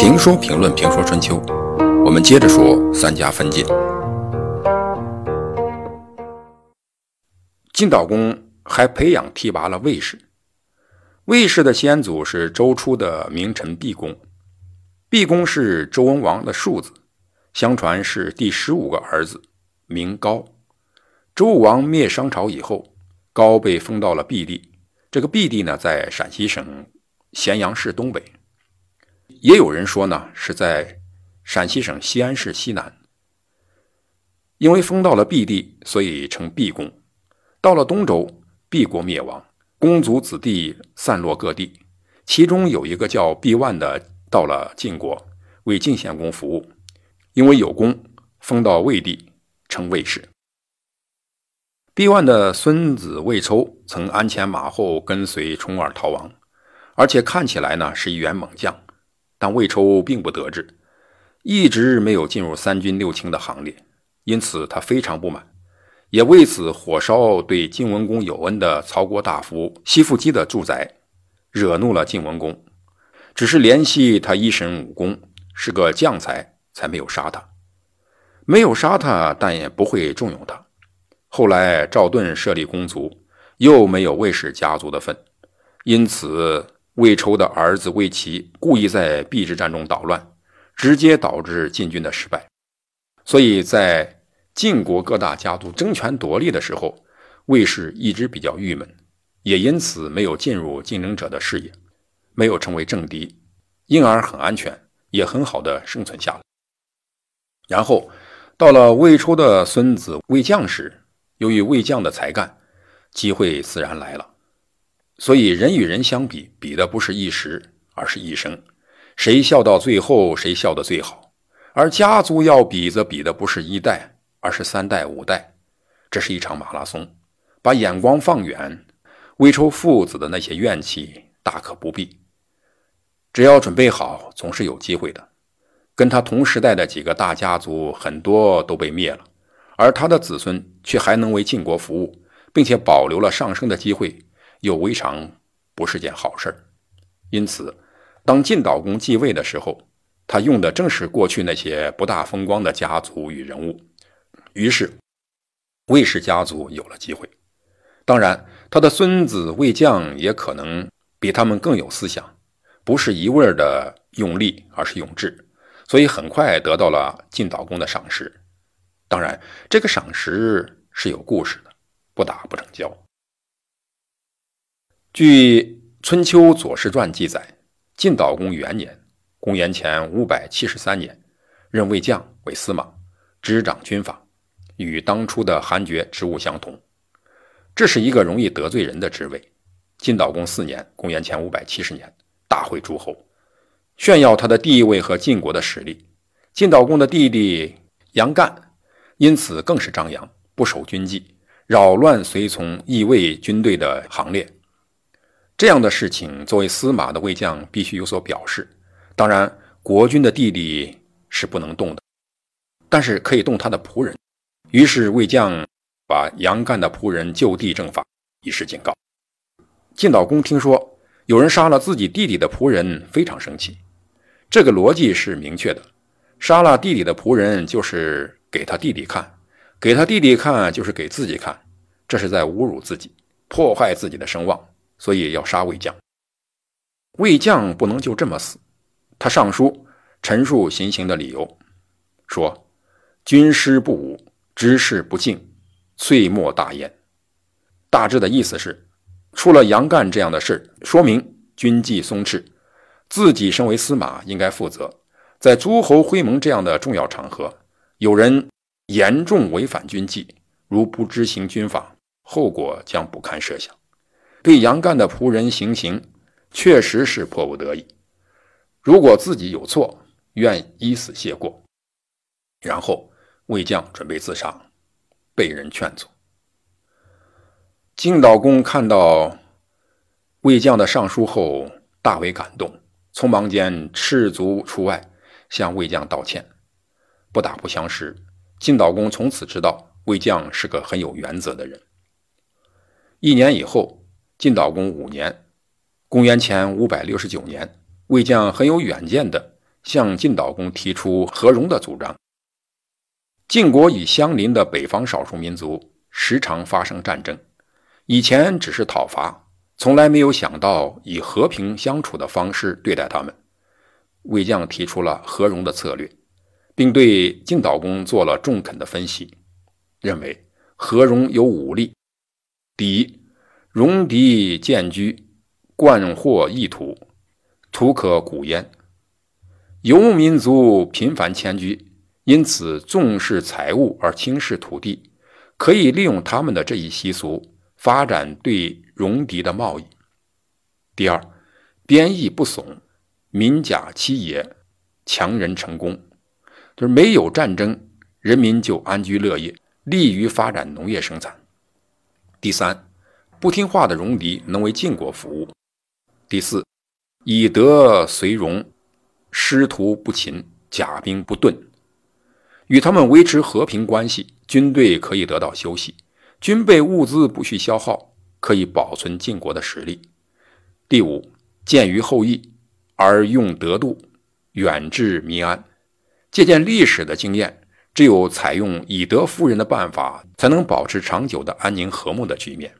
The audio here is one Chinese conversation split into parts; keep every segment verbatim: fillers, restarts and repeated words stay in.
评说评论评说春秋，我们接着说三家分晋。晋悼公还培养提拔了卫氏，卫氏的先祖是周初的名臣毕公，毕公是周文王的庶子，相传是第十五个儿子，名高。周武王灭商朝以后，高被封到了毕地，这个毕地呢，在陕西省咸阳市东北，也有人说呢是在陕西省西安市西南。因为封到了毕地，所以称毕公。到了东周，毕国灭亡，公族子弟散落各地，其中有一个叫毕万的到了晋国，为晋献公服务，因为有功，封到魏地，称魏氏。毕万的孙子魏抽曾鞍前马后跟随重耳逃亡，而且看起来呢是一员猛将，但魏抽并不得志，一直没有进入三军六卿的行列，因此他非常不满，也为此火烧对晋文公有恩的曹国大夫西父姬的住宅，惹怒了晋文公。只是怜惜他一身武功，是个将才，才没有杀他。没有杀他，但也不会重用他。后来赵盾设立公族，又没有魏氏家族的份，因此魏抽的儿子魏齐故意在邲之战中捣乱，直接导致晋军的失败。所以在晋国各大家族争权夺利的时候，魏氏一直比较郁闷，也因此没有进入竞争者的视野，没有成为政敌，因而很安全，也很好的生存下来。然后到了魏抽的孙子魏将时，由于魏将的才干，机会自然来了。所以人与人相比，比的不是一时，而是一生，谁笑到最后，谁笑得最好。而家族要比，则比的不是一代，而是三代五代。这是一场马拉松，把眼光放远，魏抽父子的那些怨气大可不必，只要准备好，总是有机会的。跟他同时代的几个大家族很多都被灭了，而他的子孙却还能为晋国服务，并且保留了上升的机会，又未尝不是件好事。因此当晋悼公继位的时候，他用的正是过去那些不大风光的家族与人物，于是魏氏家族有了机会。当然他的孙子魏将也可能比他们更有思想，不是一味的用力，而是用智，所以很快得到了晋悼公的赏识。当然这个赏识是有故事的，不打不成交。据春秋左氏传记载，晋悼公元年，公元前五百七十三年，任魏将为司马，执掌军法，与当初的韩厥职务相同。这是一个容易得罪人的职位。晋悼公四年，公元前五百七十年，大会诸侯，炫耀他的地位和晋国的实力。晋悼公的弟弟杨干因此更是张扬，不守军纪，扰乱随从义魏军队的行列。这样的事情，作为司马的魏将必须有所表示。当然国君的弟弟是不能动的，但是可以动他的仆人。于是魏将把杨干的仆人就地正法，以示警告。晋悼公听说有人杀了自己弟弟的仆人，非常生气。这个逻辑是明确的，杀了弟弟的仆人就是给他弟弟看，给他弟弟看就是给自己看，这是在侮辱自己，破坏自己的声望，所以要杀魏将。魏将不能就这么死，他上书陈述行刑的理由，说军师不武，知事不敬，岁末大焉。大致的意思是，出了杨干这样的事，说明军纪松弛，自己身为司马应该负责。在诸侯会盟这样的重要场合，有人严重违反军纪，如不执行军法，后果将不堪设想。对杨干的仆人行刑，确实是迫不得已。如果自己有错，愿以死谢过。然后魏将准备自杀，被人劝阻。晋悼公看到魏将的上书后，大为感动，匆忙间赤足出外，向魏将道歉。不打不相识，晋悼公从此知道魏将是个很有原则的人。一年以后，晋悼公五年，公元前五百六十九年，魏将很有远见的向晋悼公提出和戎的主张。晋国与相邻的北方少数民族时常发生战争，以前只是讨伐，从来没有想到以和平相处的方式对待他们。魏将提出了和戎的策略，并对晋悼公做了中肯的分析，认为和戎有五例：第一，戎狄见居，惯获异土，土可古焉。游牧民族频繁迁居，因此重视财物而轻视土地，可以利用他们的这一习俗发展对戎狄的贸易。第二，边邑不耸，民甲欺也，强人成功。就是没有战争，人民就安居乐业，利于发展农业生产。第三，不听话的戎狄能为晋国服务。第四，以德随戎，师徒不勤，甲兵不顿。与他们维持和平关系，军队可以得到休息，军备物资不需消耗，可以保存晋国的实力。第五，见于后裔，而用德度，远治民安。借鉴历史的经验，只有采用以德服人的办法，才能保持长久的安宁和睦的局面。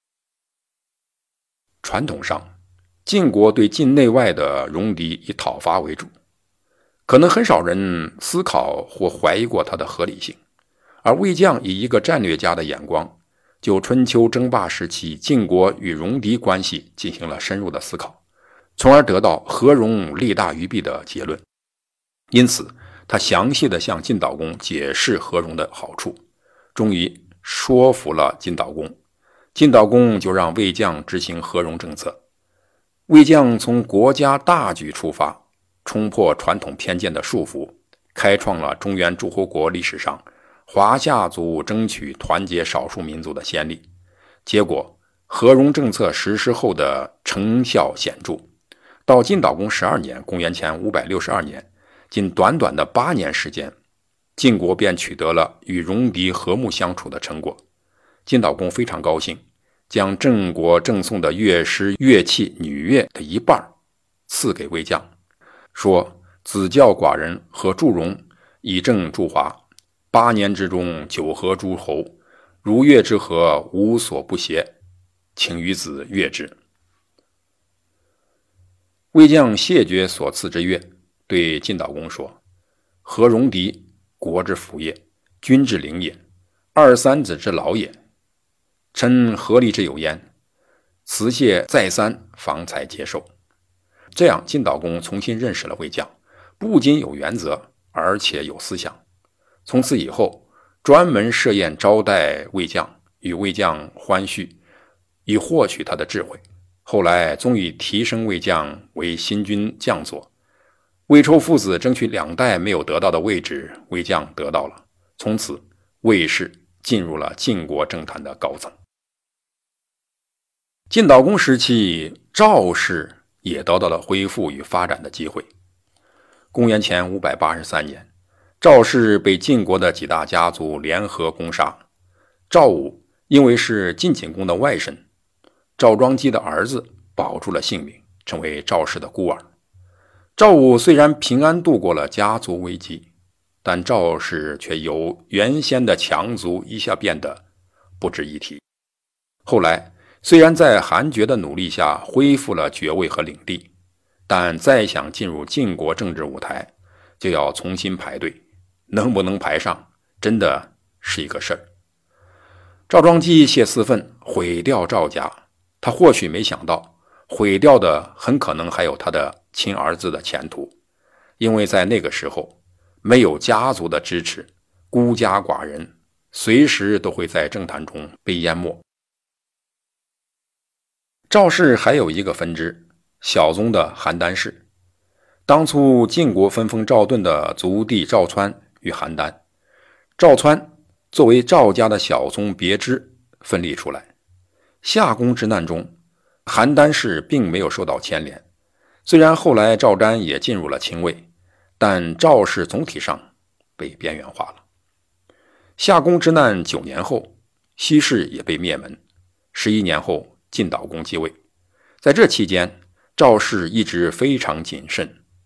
传统上，晋国对晋内外的戎狄以讨伐为主，可能很少人思考或怀疑过它的合理性。而魏将以一个战略家的眼光，就春秋争霸时期晋国与戎狄关系进行了深入的思考，从而得到和戎利大于弊的结论。因此他详细地向晋悼公解释和戎的好处，终于说服了晋悼公。晋悼公就让魏将执行和戎政策。魏将从国家大局出发，冲破传统偏见的束缚，开创了中原诸侯国历史上华夏族争取团结少数民族的先例。结果和戎政策实施后的成效显著，到晋悼公十二年公元前五百六十二年，仅短短的八年时间，晋国便取得了与戎狄和睦相处的成果。晋悼公非常高兴，将郑国赠送的乐师乐器女乐的一半赐给魏将，说：子教寡人和祝融，以正驻华，八年之中九合诸侯，如乐之和，无所不协，请与子乐之。魏将谢绝所赐之乐，对晋悼公说：和戎狄，国之福也，君之灵也，二三子之劳也，臣何利之有焉？辞谢再三，方才接受。这样晋悼公重新认识了魏将，不仅有原则，而且有思想。从此以后，专门设宴招待魏将，与魏将欢叙，以获取他的智慧。后来终于提升魏将为新军将佐。魏抽父子争取两代没有得到的位置，魏将得到了。从此魏氏进入了晋国政坛的高层。晋悼公时期，赵氏也得到了恢复与发展的机会。公元前五百八十三年，赵氏被晋国的几大家族联合攻杀。赵武因为是晋景公的外甥，赵庄姬的儿子，保住了性命，成为赵氏的孤儿。赵武虽然平安度过了家族危机，但赵氏却由原先的强族一下变得不值一提。后来虽然在韩厥的努力下恢复了爵位和领地，但再想进入晋国政治舞台，就要重新排队，能不能排上，真的是一个事儿。赵庄姬泄私愤，毁掉赵家，他或许没想到，毁掉的很可能还有他的亲儿子的前途，因为在那个时候，没有家族的支持，孤家寡人随时都会在政坛中被淹没。赵氏还有一个分支，小宗的邯郸氏。当初晋国分封赵盾的族弟赵川与邯郸，赵川作为赵家的小宗别支分立出来。夏宫之难中，邯郸氏并没有受到牵连，虽然后来赵瞻也进入了秦魏，但赵氏总体上被边缘化了。夏宫之难九年后，西氏也被灭门。十一年后，晋悼公继位。在这期间，赵氏一直非常谨慎，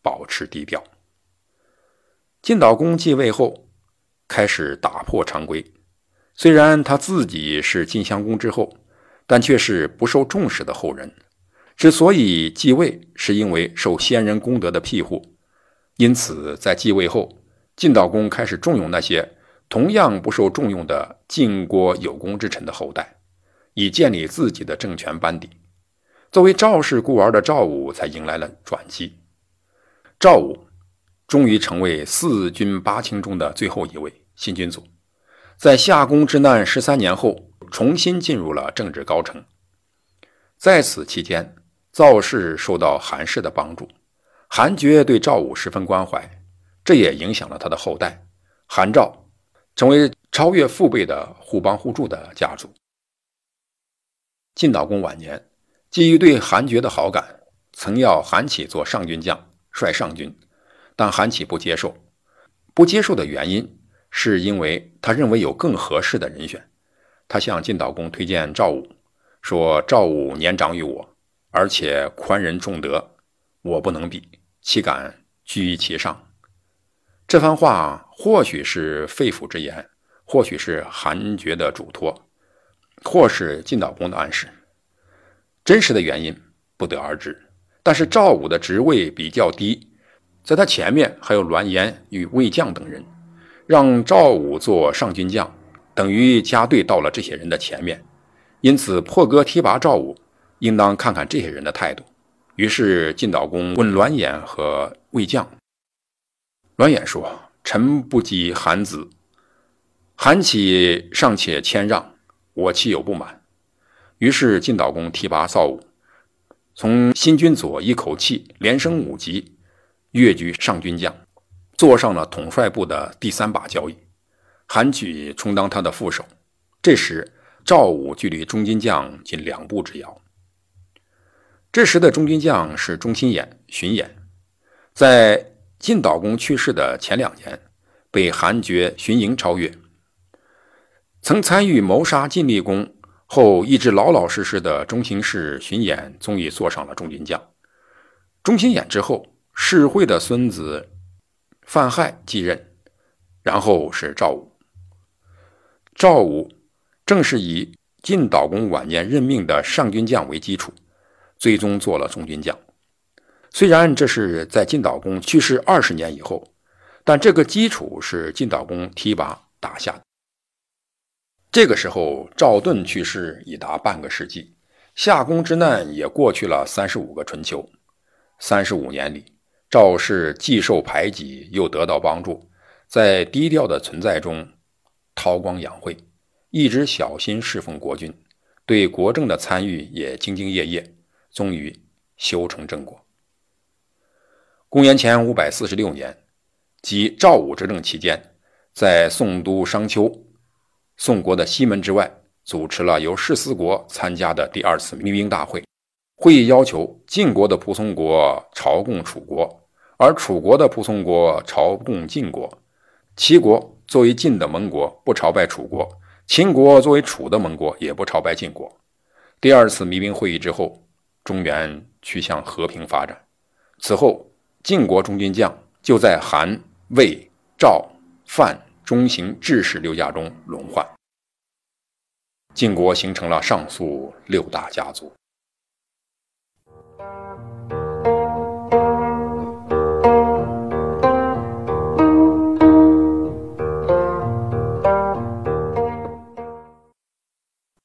保持低调。晋悼公继位后，开始打破常规。虽然他自己是晋襄公之后，但却是不受重视的后人。之所以继位，是因为受先人功德的庇护。因此，在继位后，晋悼公开始重用那些同样不受重用的晋国有功之臣的后代，以建立自己的政权班底。作为赵氏孤儿的赵武才迎来了转机。赵武终于成为四君八卿中的最后一位新君主，在夏宫之难十三年后，重新进入了政治高城。在此期间，赵氏受到韩氏的帮助，韩厥对赵武十分关怀，这也影响了他的后代韩赵，成为超越父辈的互帮互助的家族。晋悼公晚年，基于对韩厥的好感，曾要韩起做上军将，率上军，但韩起不接受。不接受的原因是因为他认为有更合适的人选。他向晋悼公推荐赵武，说赵武年长于我，而且宽仁重德，我不能比，岂敢居于其上。这番话或许是肺腑之言，或许是韩厥的嘱托，或是晋悼公的暗示。真实的原因不得而知，但是赵武的职位比较低，在他前面还有栾岩与魏将等人，让赵武做上军将，等于加队到了这些人的前面。因此破格提拔赵武，应当看看这些人的态度。于是晋悼公问栾岩和魏将，栾岩说：臣不及韩子，韩起尚且谦让，我岂有不满？于是晋悼公提拔赵武，从新君左一口气连升五级，跃居上军将，坐上了统帅部的第三把交椅。韩举充当他的副手。这时赵武距离中军将仅两步之遥。这时的中军将是中心眼、荀偃，在晋悼公去世的前两年，被韩厥、荀盈超越。曾参与谋杀晋厉公后一直老老实实的中行氏荀偃终于坐上了中军将。中心偃之后，士会的孙子范亥继任，然后是赵武。赵武正是以晋悼公晚年任命的上军将为基础，最终做了中军将。虽然这是在晋悼公去世二十年以后，但这个基础是晋悼公提拔打下的。这个时候赵盾去世已达半个世纪，夏宫之难也过去了三十五个春秋。三十五年里，赵氏既受排挤又得到帮助，在低调的存在中韬光养晦，一直小心侍奉国君，对国政的参与也兢兢业业，终于修成正果。公元前五百四十六年，即赵武执政期间，在宋都商丘，宋国的西门之外，组织了由士司国参加的第二次民兵大会。会议要求晋国的仆从国朝贡楚国，而楚国的仆从国朝贡晋国。齐国作为晋的盟国不朝拜楚国，秦国作为楚的盟国也不朝拜晋国。第二次民兵会议之后，中原趋向和平发展。此后晋国中军将就在韩、魏、赵、范、中行、智氏六家中轮换，晋国形成了上述六大家族。